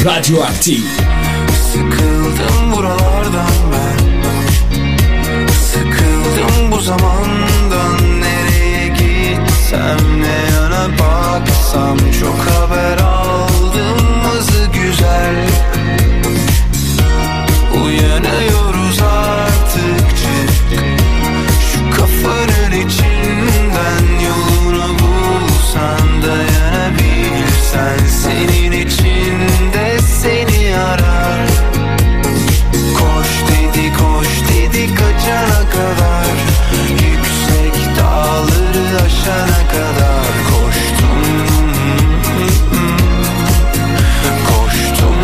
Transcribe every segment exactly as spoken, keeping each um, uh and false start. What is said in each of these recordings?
Radyoaktif. Sıkıldım buralardan ben, sıkıldım bu zamandan. Nereye gitsem, ne yana baksam, çok haber aldım azı güzel. Uyanıyoruz artık, çık şu kafanın içinden. Yolunu bulsan, dayanabilsen, senin içinde seni arar. Koş dedi, koş dedi, kaçana kadar, yüksek dağları aşana kadar koştum, koştum.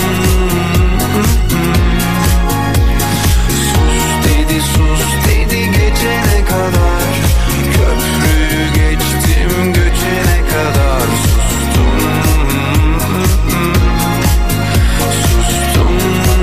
Sus dedi, sus dedi, geçene kadar, köprüyü geçtim göçene kadar sustum, sustum.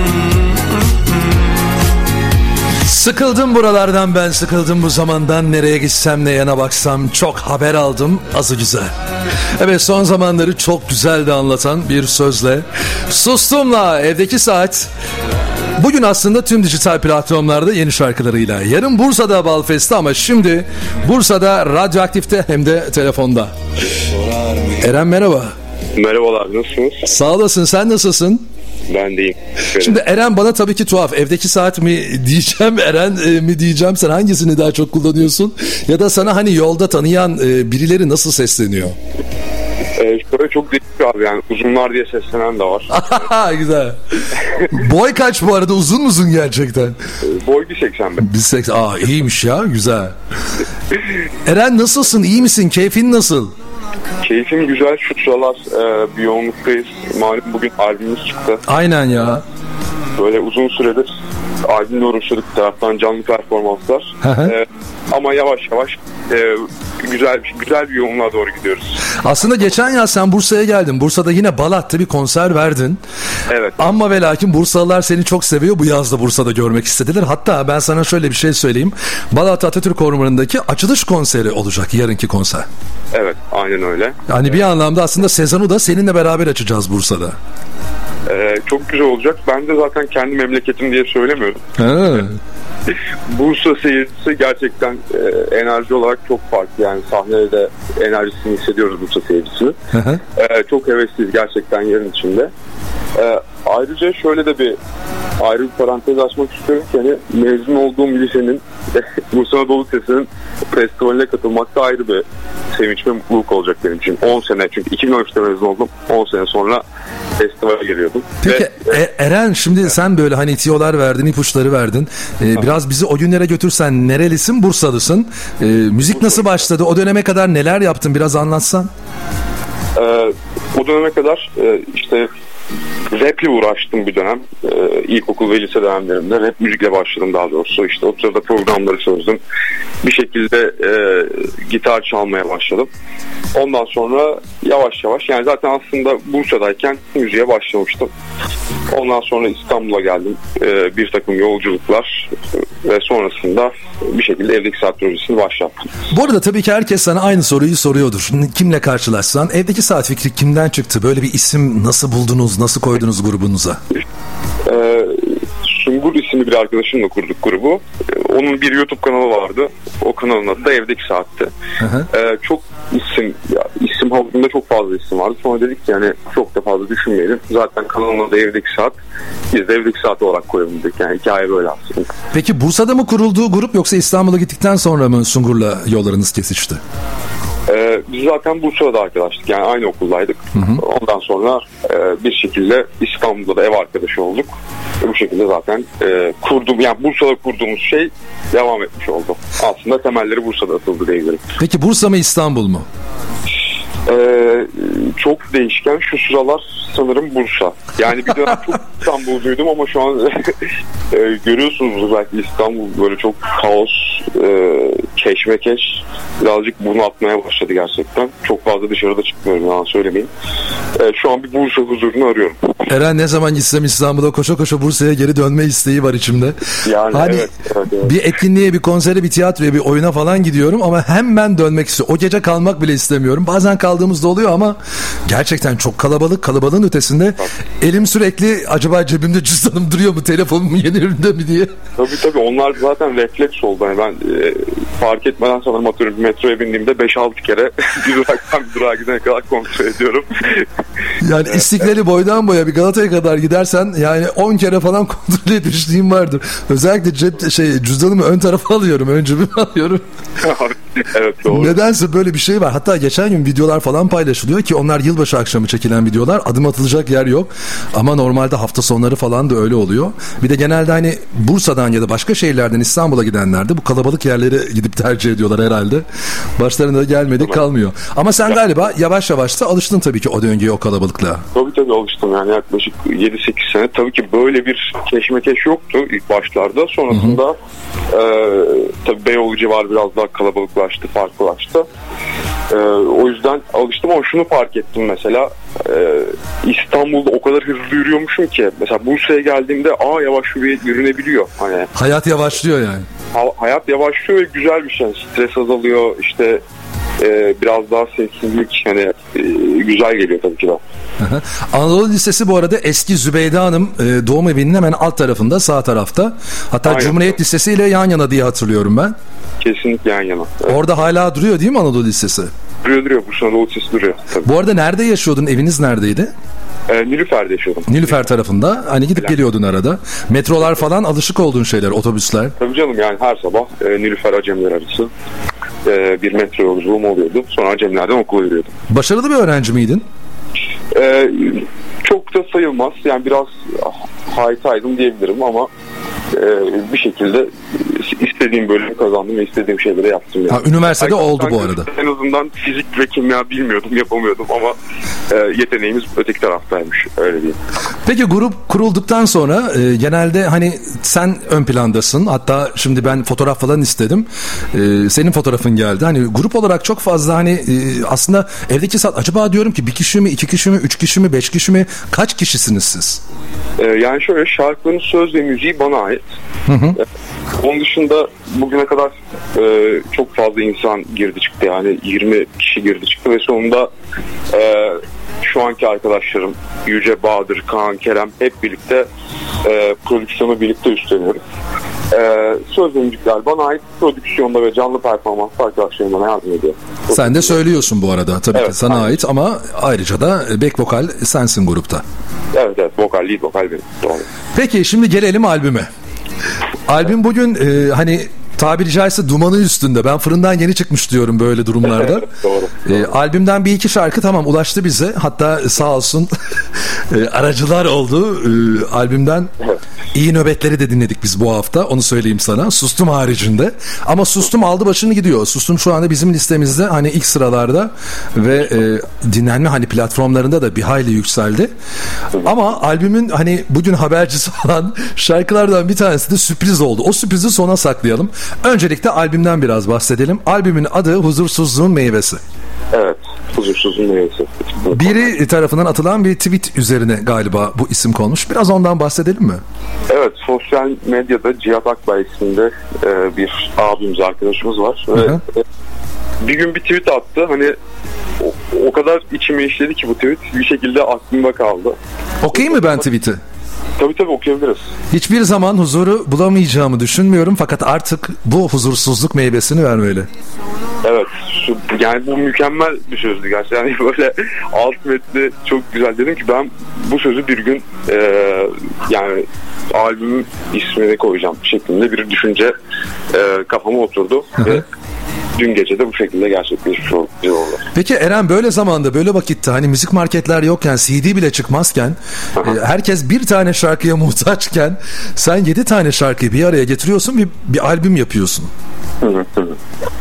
Sıkıldım buralardan ben, sıkıldım bu zamandan. Nereye gitsem, ne yana baksam, çok haber aldım azı güzel. Evet, son zamanları çok güzel de anlatan bir sözle Sustum'la Evdeki Saat. Bugün aslında tüm dijital platformlarda yeni şarkılarıyla. Yarın Bursa'da Balfest'te ama şimdi Bursa'da Radyoaktif'te hem de telefonda. Eren merhaba. Merhabalar, nasılsınız? Sağ olasın, sen nasılsın? Ben deyim. Şimdi Eren bana tabii ki tuhaf. Evdeki Saat mi diyeceğim, Eren e, mi diyeceğim? Sen hangisini daha çok kullanıyorsun? Ya da sana hani yolda tanıyan e, birileri nasıl sesleniyor? Ee, şöyle çok değişik abi, yani uzunlar diye seslenen de var. Güzel. Boy kaç bu arada, uzun musun gerçekten? Ee, boy bir seksen beş. bir seksen. Aa, iyiymiş ya, güzel. Eren nasılsın, iyi misin, keyfin nasıl? Keyfim güzel, şu sıralar e, bir yoğunluktayız. Malum bugün albümümüz çıktı. Aynen ya. Böyle uzun süredir albümle uğraşıyorduk, bir taraftan canlı performanslar. e, ama yavaş yavaş e, güzel güzel bir yoğunluğa doğru gidiyoruz. Aslında geçen yaz sen Bursa'ya geldin. Bursa'da yine Balat'ta bir konser verdin. Evet. Ama ve lakin Bursalılar seni çok seviyor. Bu yaz da Bursa'da görmek istediler. Hatta ben sana şöyle bir şey söyleyeyim. Balat Atatürk Ormanı'ndaki açılış konseri olacak, yarınki konser. Evet, aynen öyle. Yani bir anlamda aslında sezonu da seninle beraber açacağız Bursa'da. Ee, çok güzel olacak. Ben de zaten kendi memleketim diye söylemiyorum. Bursa seyircisi gerçekten e, enerji olarak çok farklı. Yani sahnede de enerjisini hissediyoruz Bursa seyircisini. e, çok hevesliyiz gerçekten yarın içinde. E, ayrıca şöyle de bir ayrı bir parantez açmak istiyorum ki hani mezun olduğum lisenin Bursa Anadolu Lisesi'nin festivaline katılmak da ayrı bir sevinç ve mutluluk olacak benim için. on sene, çünkü iki bin on üçte mezun oldum. on sene sonra festivale geliyordum. Peki ve, e, Eren şimdi evet. Sen böyle hani tiyolar verdin, ipuçları verdin. Ee, biraz bizi o günlere götürsen, nerelisin? Bursalısın. Ee, müzik nasıl başladı? O döneme kadar neler yaptın? Biraz anlatsan. Ee, o döneme kadar e, işte rap ile uğraştım bir dönem. Ee, ilkokul ve lise dönemlerimde rap müzikle başladım daha doğrusu. İşte o sırada programları çözdüm. Bir şekilde e, gitar çalmaya başladım. Ondan sonra yavaş yavaş, yani zaten aslında Bursa'dayken müziğe başlamıştım. Ondan sonra İstanbul'a geldim. Ee, bir takım yolculuklar ve sonrasında bir şekilde Evdeki Saat projesini başlattım. Bu arada tabii ki herkes sana aynı soruyu soruyordur. Kimle karşılaşsan, Evdeki Saat fikri kimden çıktı? Böyle bir isim nasıl buldunuz, nasıl koydunuz grubunuza? Ee, Sungur isimli bir arkadaşımla kurduk grubu. Ee, onun bir YouTube kanalı vardı. O kanalın adı da Evdeki Saat'ti. Ee, çok isim, ya, isim havuzunda çok fazla isim vardı. Sonra dedik ki yani çok da fazla düşünmeyelim. Zaten kanalın adı Evdeki Saat. Biz de Evdeki Saat olarak koyalım dedik. Yani hikaye böyle aslında. Peki Bursa'da mı kurulduğu grup, yoksa İstanbul'a gittikten sonra mı Sungur'la yollarınız kesişti? Ee, biz zaten Bursa'da arkadaştık. Yani aynı okuldaydık. Hı hı. Ondan sonra e, bir şekilde İstanbul'da da ev arkadaşı olduk. Bu şekilde zaten e, kurdum, yani Bursa'da kurduğumuz şey devam etmiş oldu. Aslında temelleri Bursa'da atıldı diyebilirim. Peki Bursa mı, İstanbul mu? Ee, çok değişken. Şu sıralar sanırım Bursa. Yani bir dönem çok İstanbul'duydum ama şu an e, görüyorsunuz belki İstanbul böyle çok kaos, e, keşmekeş, birazcık burnu atmaya başladı gerçekten. Çok fazla dışarıda çıkmıyorum, yalan söylemeyeyim. E, şu an bir Bursa huzurunu arıyorum. Eren ne zaman gitsem İstanbul'a koşa koşa Bursa'ya geri dönme isteği var içimde. Yani hani evet, evet, evet. bir etkinliğe, bir konsere, bir tiyatroya, bir oyuna falan gidiyorum ama hemen dönmek istiyorum. O gece kalmak bile istemiyorum. Bazen kaldığımızda oluyor ama gerçekten çok kalabalık. Kalabalığın ötesinde elim sürekli acaba cebimde cüzdanım duruyor mu, telefonum yerinde mi diye. Tabii tabii onlar zaten refleks oldu. Yani ben e, fark etmeden sanırım atıyorum metroya bindiğimde beş altı kere bir duraktan bir durağa gidene kadar kontrol ediyorum. Yani evet, İstiklal'i evet. boydan boya bir Galata'ya kadar gidersen yani on kere falan kontrol etmişliğim vardır. Özellikle cep şey cüzdanımı ön tarafa alıyorum, ön cebime alıyorum. Evet, doğru. Nedense böyle bir şey var. Hatta geçen gün videolar falan paylaşılıyor ki onlar yılbaşı akşamı çekilen videolar. Adım atılacak yer yok. Ama normalde hafta sonları falan da öyle oluyor. Bir de genelde hani Bursa'dan ya da başka şehirlerden İstanbul'a gidenler de bu kalabalık yerlere gidip tercih ediyorlar herhalde. Başlarına da gelmedik kalmıyor. Ama sen galiba yavaş yavaş da alıştın tabii ki o döngüye, o kalabalıklığa. Tabii tabii alıştım yani yaklaşık yedi sekiz sene. Tabii ki böyle bir keşmekeş yoktu ilk başlarda. Sonrasında e, tabii Beyoğlu civarı biraz daha kalabalıklaştı, farklılaştı. E, o yüzden alıştım ama şunu fark ettim mesela. E, İstanbul'da o kadar hızlı yürüyormuşum ki mesela Bursa'ya geldiğimde aa yavaş yürünebiliyor. Hani hayat yavaşlıyor yani. Ha, hayat yavaşlıyor ve güzel bir şey. Stres azalıyor işte. Ee, biraz daha sessizlik hani e, güzel geliyor tabii ki de. Anadolu Lisesi bu arada eski Zübeyde Hanım e, doğum evinin hemen alt tarafında, sağ tarafta. Hatta aynen. Cumhuriyet Lisesi ile yan yana diye hatırlıyorum ben. Kesinlikle yan yana. Evet. Orada hala duruyor değil mi Anadolu Lisesi? Duruyor duruyor. Bursa Anadolu Lisesi duruyor. Tabii. Bu arada nerede yaşıyordun? Eviniz neredeydi? Ee, Nilüfer'de yaşıyordum. Nilüfer tarafında. Hani gidip Bilen. geliyordun arada. Metrolar falan alışık olduğun şeyler, otobüsler. Tabii canım yani her sabah e, Nilüfer Acemler arası e, bir metro yolculuğum oluyordu. Sonra Acemler'den okula yürüyordum. Başarılı bir öğrenci miydin? Ee, çok da sayılmaz. Yani biraz haytaydım diyebilirim ama e, bir şekilde istediğim bölümü kazandım ve istediğim şeyleri yaptım. Yani. Ha, üniversitede yani, oldu bu arada. En azından fizik ve kimya bilmiyordum, yapamıyordum ama e, yeteneğimiz öteki taraftaymış. Öyle diyeyim. Peki grup kurulduktan sonra e, genelde hani sen ön plandasın. Hatta şimdi ben fotoğraf falan istedim. E, senin fotoğrafın geldi. Hani grup olarak çok fazla hani e, aslında evdeki saat acaba diyorum ki bir kişi mi, iki kişi mi, üç kişi mi, beş kişi mi? Kaç kişisiniz siz? E, yani şöyle şarkının söz ve müziği bana ait. Hı hı. E, onun dışında bugüne kadar e, çok fazla insan girdi çıktı. Yani yirmi kişi girdi çıktı ve sonunda e, şu anki arkadaşlarım Yüce, Bahadır, Kaan, Kerem hep birlikte e, prodüksiyonu birlikte üstleniyoruz. E, söz ve müzikler bana ait, prodüksiyonda ve canlı performansda arkadaşlarım bana yardım ediyor. Sen de söylüyorsun bu arada tabii evet, ki sana aynen. ait ama ayrıca da back vokal sensin grupta. Evet evet vokal, lead vokal benim. Doğru. Peki şimdi gelelim albüme. Albüm bugün e, hani tabiri caizse dumanı üstünde. Ben fırından yeni çıkmış diyorum böyle durumlarda. Doğru. E, albümden bir iki şarkı tamam ulaştı bize. Hatta sağ olsun e, aracılar oldu. E, albümden iyi nöbetleri de dinledik biz bu hafta. Onu söyleyeyim sana. Sustum haricinde. Ama Sustum aldı başını gidiyor. Sustum şu anda bizim listemizde hani ilk sıralarda ve e, dinlenme hani platformlarında da bir hayli yükseldi. Ama albümün hani bugün habercisi olan şarkılardan bir tanesi de sürpriz oldu. O sürprizi sona saklayalım. Öncelikle albümden biraz bahsedelim. Albümün adı Huzursuzluğun Meyvesi. Evet, Huzursuzluğun Meyvesi. Biri tarafından atılan bir tweet üzerine galiba bu isim konmuş. Biraz ondan bahsedelim mi? Evet, sosyal medyada Cihat Akbay isminde e, bir abimiz, arkadaşımız var. Ve, e, bir gün bir tweet attı. Hani o, o kadar içime işledi ki bu tweet bir şekilde aklımda kaldı. Okey mi ben tweet'i? Tabii tabii okuyabiliriz. Hiçbir zaman huzuru bulamayacağımı düşünmüyorum fakat artık bu huzursuzluk meyvesini vermeli. Evet. Şu, yani bu mükemmel bir sözdü gerçekten. Yani böyle alt metni çok güzel. Dedim ki ben bu sözü bir gün e, yani albümün ismini koyacağım şeklinde bir düşünce e, kafama oturdu. Ve dün gece de bu şekilde gerçekleşmiş oldu. Peki Eren böyle zamanda böyle vakitte hani müzik marketler yokken C D bile çıkmazken e, herkes bir tane şarkıya muhtaçken sen yedi tane şarkıyı bir araya getiriyorsun bir, bir albüm yapıyorsun. Hı hı hı.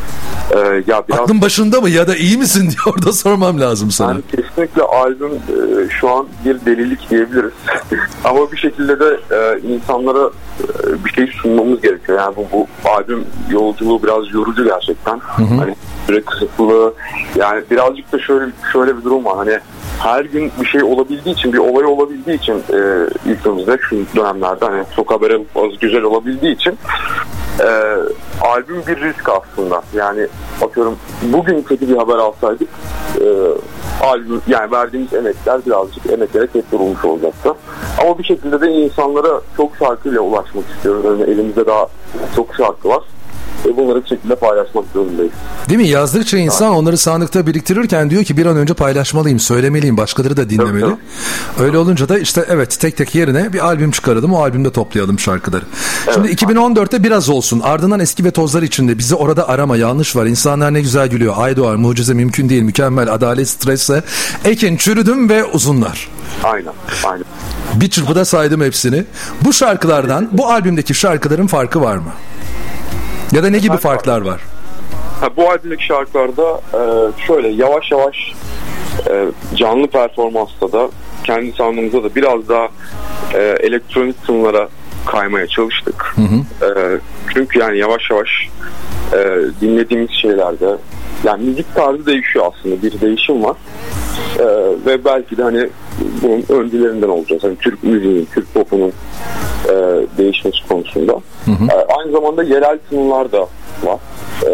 Ee, ya biraz... Aklın başında mı ya da iyi misin diye orada sormam lazım sana. Yani kesinlikle albüm e, şu an bir delilik diyebiliriz. Ama bir şekilde de e, insanlara e, bir şey sunmamız gerekiyor. Yani bu, bu albüm yolculuğu biraz yorucu gerçekten. Hı hı. Hani süre kısıtlı. Yani birazcık da şöyle şöyle bir durum var. Hani her gün bir şey olabildiği için, bir olay olabildiği için e, ülkemizde şu dönemlerde hani çok haber az güzel olabildiği için e, albüm bir risk aslında. Yani atıyorum bugün kötü bir haber alsaydık e, albüm, yani verdiğimiz emekler birazcık emeklere tek durulmuş olacaktı. Ama bir şekilde de insanlara çok şarkıyla ulaşmak istiyoruz. Yani elimizde daha çok şarkı var. Ve bunları bir şekilde paylaşmak zorundayız. Değil mi? Yazdıkça insan onları sandıkta biriktirirken diyor ki bir an önce paylaşmalıyım, söylemeliyim, başkaları da dinlemeli. Tabii, tabii. Öyle olunca da işte evet tek tek yerine bir albüm çıkaralım, o albümde toplayalım şarkıları. Evet. Şimdi iki bin on dörtte biraz olsun, ardından Eski ve Tozlar içinde, Bizi Orada Arama, Yanlış Var, İnsanlar Ne Güzel Gülüyor, Ay Doğar, Mucize Mümkün Değil, Mükemmel, Adalet, Stresse, Ekin, Çürüdüm ve Uzunlar. Aynen, aynen. Bir çırpıda saydım hepsini. Bu şarkılardan, bu albümdeki şarkıların farkı var mı? Ya da ne gibi farklar var? Ha, bu albümdeki şarkılarda e, şöyle yavaş yavaş e, canlı performansta da kendi sound'umuzda da biraz daha e, elektronik tınlara kaymaya çalıştık. Hı hı. E, çünkü yani yavaş yavaş e, dinlediğimiz şeylerde yani müzik tarzı değişiyor aslında. Bir değişim var. E, ve belki de hani bunun öncülerinden olacağız. Hani Türk müziğinin, Türk popunun e, değişmesi konusunda. Hı hı. E, aynı zamanda yerel tınlar da var. E,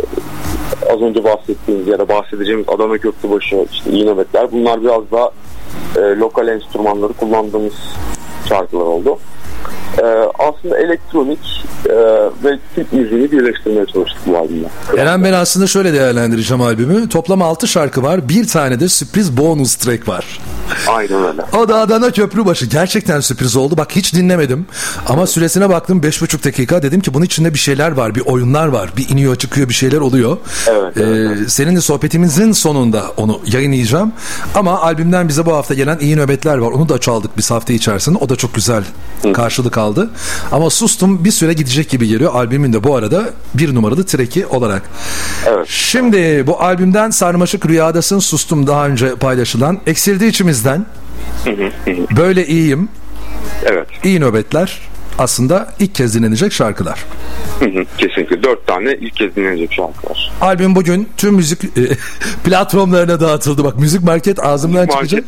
az önce bahsettiğimiz ya da bahsedeceğimiz Adana Köprübaşı, işte İyi Nöbetler, bunlar biraz daha e, lokal enstrümanları kullandığımız şarkılar oldu. Ee, aslında elektronik e, ve Türk müziğini birleştirmeye çalıştık bu albümde. Eren, ben aslında şöyle değerlendireceğim albümü. Toplam altı şarkı var. Bir tane de sürpriz bonus track var. Aynen öyle. O da Adana Köprübaşı. Gerçekten sürpriz oldu. Bak hiç dinlemedim. Ama süresine baktım beş buçuk dakika. Dedim ki bunun içinde bir şeyler var. Bir oyunlar var. Bir iniyor çıkıyor, bir şeyler oluyor. Evet, ee, evet. Seninle sohbetimizin sonunda onu yayınlayacağım. Ama albümden bize bu hafta gelen İyi Nöbetler var. Onu da çaldık biz hafta içerisinde. O da çok güzel Hı. karşılık aldı. Ama Sustum bir süre gidecek gibi geliyor. Albümün de bu arada bir numaralı track'i olarak. Evet. Şimdi bu albümden Sarmaşık Rüyadasın, Sustum daha önce paylaşılan, Eksildi İçimizden, Böyle İyiyim, evet. İyi Nöbetler aslında ilk kez dinlenecek şarkılar. Hı hı, kesinlikle dört tane ilk kez dinlenecek şarkılar. Albüm bugün tüm müzik e, platformlarına dağıtıldı. Bak müzik market ağzımdan çıkacak.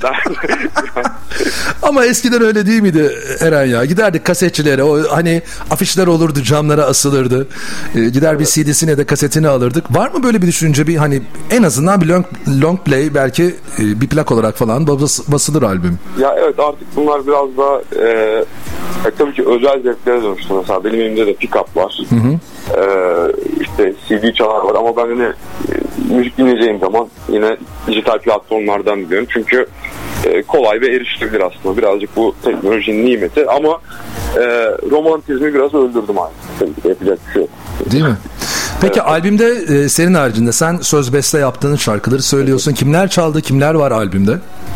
Ama eskiden öyle değil miydi Eren ya? Giderdik kasetçilere, o hani afişler olurdu, camlara asılırdı. E, gider evet. bir C D'sini ya da kasetini alırdık. Var mı böyle bir düşünce, bir hani en azından bir long, long play belki e, bir plak olarak falan bas, basılır albüm? Ya evet, artık bunlar biraz daha e, e, tabii ki özel zevklere dönüştü. Mesela benim elimde de pick-up var. Hı hı. Ee, işte C D çalar var ama ben yine e, müzik dinleyeceğim zaman yine dijital platformlardan dinliyorum. Çünkü e, kolay ve erişilebilir aslında. Birazcık bu teknolojinin nimeti ama e, romantizmi biraz öldürdüm artık. Tabii ki yapacak bir şey yok. Değil mi? Peki evet. Albümde e, senin haricinde sen söz beste yaptığın şarkıları söylüyorsun. Kimler çaldı, kimler var albümde?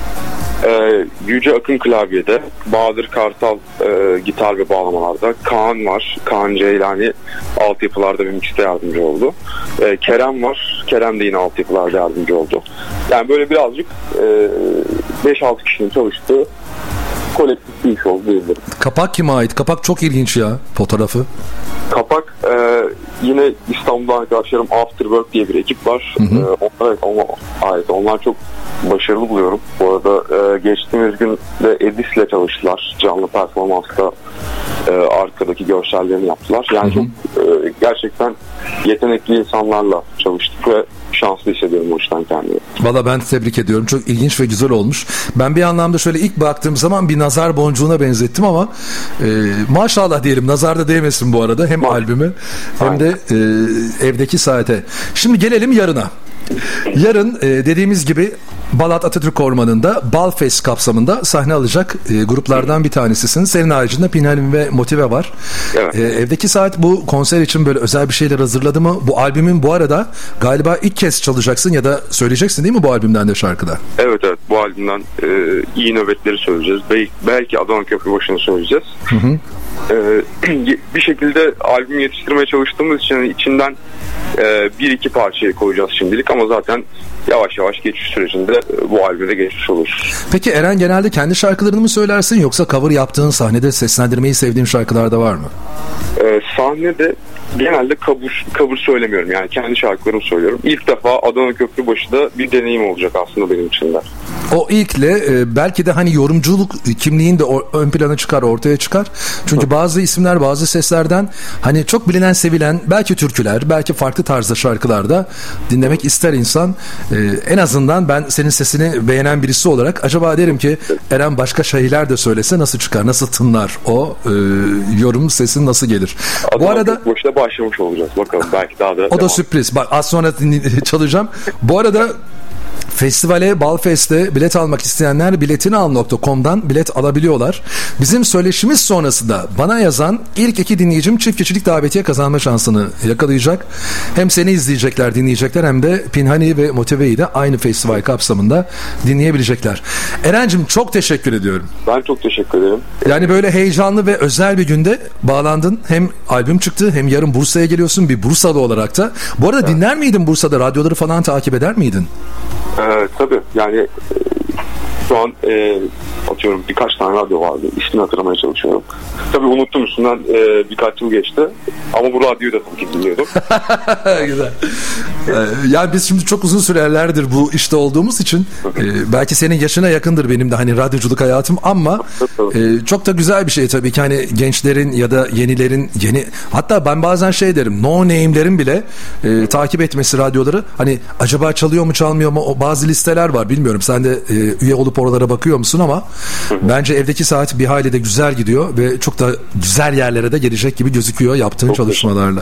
Ee, Yüce Akın klavyede, Bahadır Kartal e, gitar ve bağlamalarda, Kaan var, Kaan Ceylani altyapılarda ve mixte yardımcı oldu. Ee, Kerem var, Kerem de yine altyapılarda yardımcı oldu. Yani böyle birazcık e, beş altı kişinin çalıştığı kolektif bir iş oldu diyebilirim. Kapak kime ait? Kapak çok ilginç ya, fotoğrafı. Kapak e, yine İstanbul'da arkadaşlarım Afterwork diye bir ekip var. Hı hı. E, onlar, evet, ona ait. Onlar çok başarılı buluyorum. Bu arada e, geçtiğimiz gün de Edis'le çalıştılar. Canlı performansta e, arkadaki görsellerini yaptılar. Yani hı hı. çok e, gerçekten yetenekli insanlarla çalıştık ve şanslı hissediyorum o yüzden kendimi. Valla ben tebrik ediyorum. Çok ilginç ve güzel olmuş. Ben bir anlamda şöyle ilk baktığım zaman bir nazar boncuğuna benzettim ama e, maşallah diyelim, nazar da değmesin bu arada. Hem Ma- albümü hem Aynen. de e, evdeki saate. Şimdi gelelim yarına. Yarın e, dediğimiz gibi Balat Atatürk Ormanı'nda Balfest kapsamında sahne alacak e, gruplardan bir tanesisin. Senin haricinde Pinhalim ve Motive var. Evet. E, evdeki saat bu konser için böyle özel bir şeyler hazırladı mı? Bu albümün bu arada galiba ilk kez çalacaksın ya da söyleyeceksin değil mi bu albümden de şarkıda? Evet evet, bu albümden e, iyi nöbetleri söyleyeceğiz. Bel- belki Adana Köprübaşı'nı söyleyeceğiz. Hı hı. E, bir şekilde albüm yetiştirmeye çalıştığımız için içinden e, bir iki parçayı koyacağız şimdilik ama zaten yavaş yavaş geçiş sürecinde bu albüme geçmiş olur. Peki Eren, genelde kendi şarkılarını mı söylersin yoksa cover yaptığın, sahnede seslendirmeyi sevdiğin şarkılar da var mı? Ee, e, sahnede genelde cover, cover söylemiyorum. Yani kendi şarkılarımı söylüyorum. İlk defa Adana Köprübaşı'da bir deneyim olacak aslında benim için de. O ilkle e, belki de hani yorumculuk kimliğin de o, ön plana çıkar, ortaya çıkar. Çünkü bazı isimler, bazı seslerden hani çok bilinen, sevilen belki türküler, belki farklı tarzda şarkılarda dinlemek ister insan. E, en azından ben senin sesini beğenen birisi olarak acaba derim ki Eren başka şeyler de söylese nasıl çıkar, nasıl tınlar o e, yorum, sesin nasıl gelir? Adana Bu arada Köprübaşı'da başlamış olacağız. Bakalım belki daha da o da devam. sürpriz. Bak az sonra çalacağım. Bu arada festivale, Balfest'e bilet almak isteyenler biletini al nokta com'dan bilet alabiliyorlar. Bizim söyleşimiz sonrasında bana yazan ilk iki dinleyicim çift kişilik davetiye kazanma şansını yakalayacak. Hem seni izleyecekler, dinleyecekler hem de Pinhani ve Motive'yi de aynı festival kapsamında dinleyebilecekler. Eren'cim çok teşekkür ediyorum. Ben çok teşekkür ederim. Yani böyle heyecanlı ve özel bir günde bağlandın. Hem albüm çıktı hem yarın Bursa'ya geliyorsun bir Bursalı olarak da. Bu arada evet. Dinler miydin Bursa'da? Radyoları falan takip eder miydin? Ee, tabii yani e, şu an e, atıyorum birkaç tane radyo vardı. İsmini hatırlamaya çalışıyorum. Tabii unuttum üstünden e, birkaç yıl geçti. Ama bu radyoyu da tabii ki dinliyordum. Güzel. Ee, yani biz şimdi çok uzun sürelerdir bu işte olduğumuz için e, belki senin yaşına yakındır benim de hani radyoculuk hayatım ama e, çok da güzel bir şey tabii ki hani gençlerin ya da yenilerin yeni hatta ben bazen şey derim no name'lerin bile e, takip etmesi radyoları hani acaba çalıyor mu çalmıyor mu o bazı listeler var bilmiyorum sen de e, üye olup oralara bakıyor musun ama bence evdeki saat bir hayli de güzel gidiyor ve çok da güzel yerlere de gelecek gibi gözüküyor yaptığın çok çalışmalarla.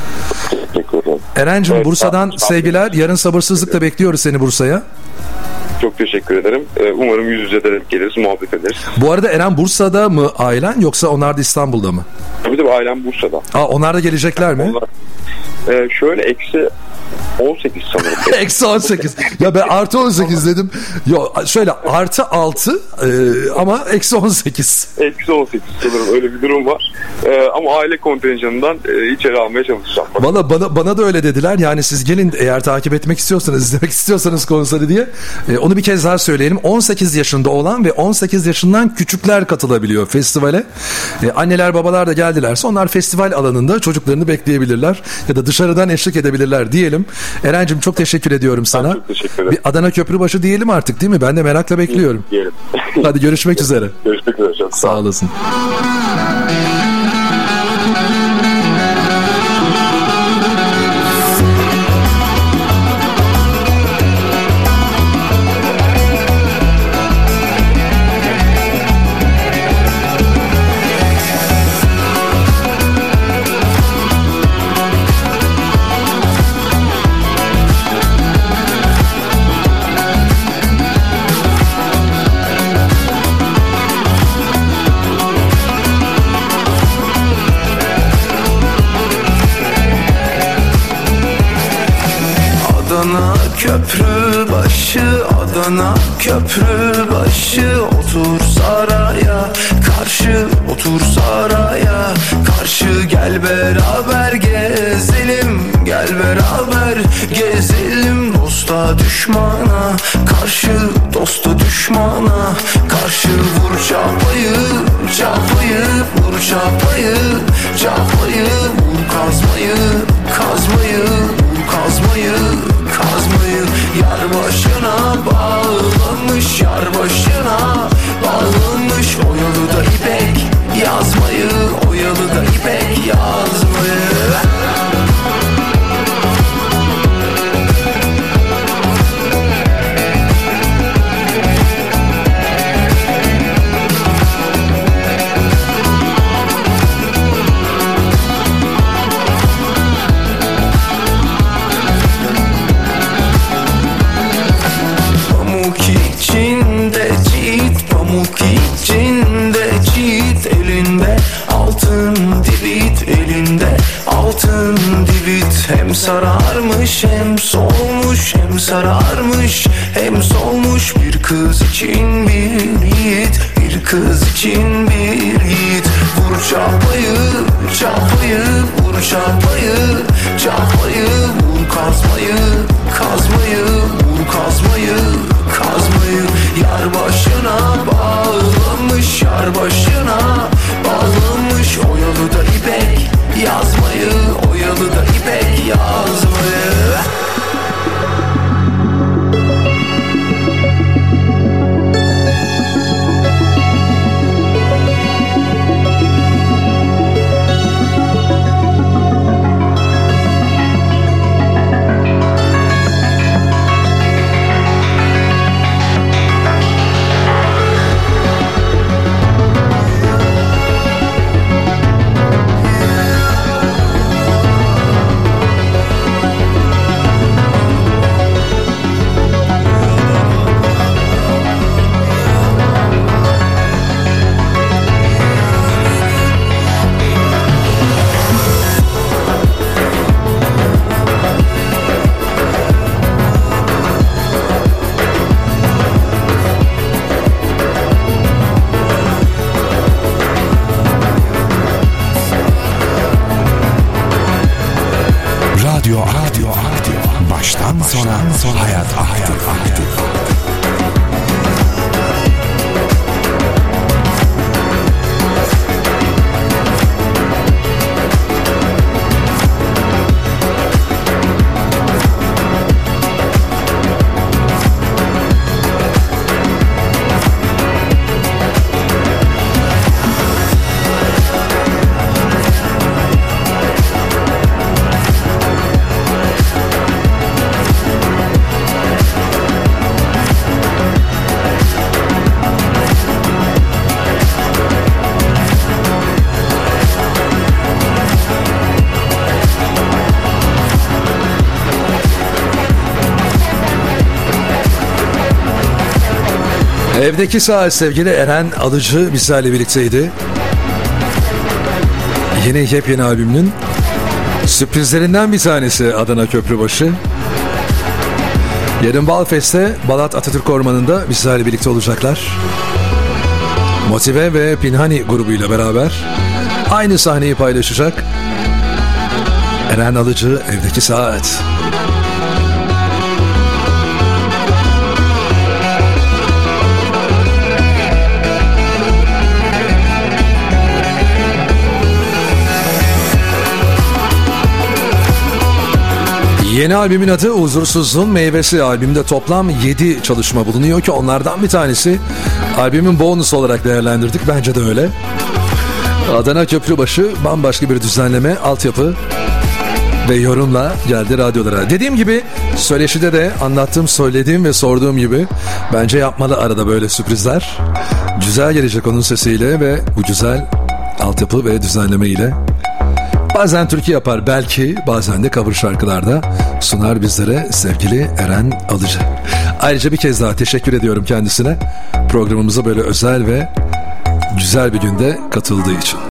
Eren'cim evet, Bursa'dan tamam, sevgiler. Yarın sabırsızlıkla bekliyoruz seni Bursa'ya. Çok teşekkür ederim. Umarım yüz yüze de geliriz, muhabbet ederiz. Bu arada Eren Bursa'da mı ailen yoksa onlar da İstanbul'da mı? Tabii tabii ailem Bursa'da. Aa, onlar da gelecekler mi? Onlar, e, şöyle eksi on sekiz sanırım. Eksi on sekiz. Ya ben artı on sekiz dedim. Yo, şöyle artı altı e, ama eksi on sekiz. Eksi on sekiz sanırım öyle bir durum var. E, ama aile kontenjanından e, içeri almaya çalışacağım. Valla bana, bana da öyle dediler. Yani siz gelin eğer takip etmek istiyorsanız, izlemek istiyorsanız konseri diye. E, onu bir kez daha söyleyelim. on sekiz yaşında olan ve on sekiz yaşından küçükler katılabiliyor festivale. E, anneler babalar da geldilerse onlar festival alanında çocuklarını bekleyebilirler. Ya da dışarıdan eşlik edebilirler diyelim. Eren'cim çok teşekkür ediyorum sana. Çok teşekkür ederim. Bir Adana Köprübaşı diyelim artık değil mi? Ben de merakla bekliyorum. Diyelim. Hadi görüşmek üzere. Görüşmek üzere. Çok sağ olasın. Köprübaşı, Adana Köprübaşı, otur saraya karşı, otur saraya karşı, gel beraber gezelim, gel beraber gezelim, dosta düşmana karşı, dosta düşmana karşı, vur çapayı, çapayı, vur çapayı, çapayı, vur kazmayı, kazmayı, vur kazmayı, kazmayı, yar başına bağlanmış, yar başına bağlanmış, oyalı da ipek yazmayı, oyalı da ipek yazmayı. Pamuk içinde çiğit, elinde altın divit, elinde altın divit, hem sararmış hem solmuş, hem sararmış hem solmuş, bir kız için bir yiğit, bir kız için bir yiğit, vur çapayı, çapayı, vur çapayı, çapayı, vur kazmayı, kazmayı, vur kazmayı, kazmayı, yar başına bağlanmış, yar başına bağlanmış, oyalı da ipek sona hayat aktif aktif. Evdeki saat sevgili Eren Alıcı bizlerle birlikteydi. Yeni yepyeni albümünün sürprizlerinden bir tanesi Adana Köprübaşı. Yarın Balfest'te Balat Atatürk Ormanı'nda bizlerle birlikte olacaklar. Motive ve Pinhani grubuyla beraber aynı sahneyi paylaşacak Eren Alıcı, Evdeki Saat. Yeni albümün adı Huzursuzluğun Meyvesi. Albümde toplam yedi çalışma bulunuyor ki onlardan bir tanesi albümün bonus olarak değerlendirdik. Bence de öyle. Adana Köprübaşı bambaşka bir düzenleme, altyapı ve yorumla geldi radyolara. Dediğim gibi söyleşide de anlattığım, söylediğim ve sorduğum gibi bence yapmalı arada böyle sürprizler. Güzel gelecek onun sesiyle ve bu güzel altyapı ve düzenleme ile. Bazen türkü yapar belki, bazen de cover şarkılarda sunar bizlere sevgili Eren Alıcı. Ayrıca bir kez daha teşekkür ediyorum kendisine programımıza böyle özel ve güzel bir günde katıldığı için.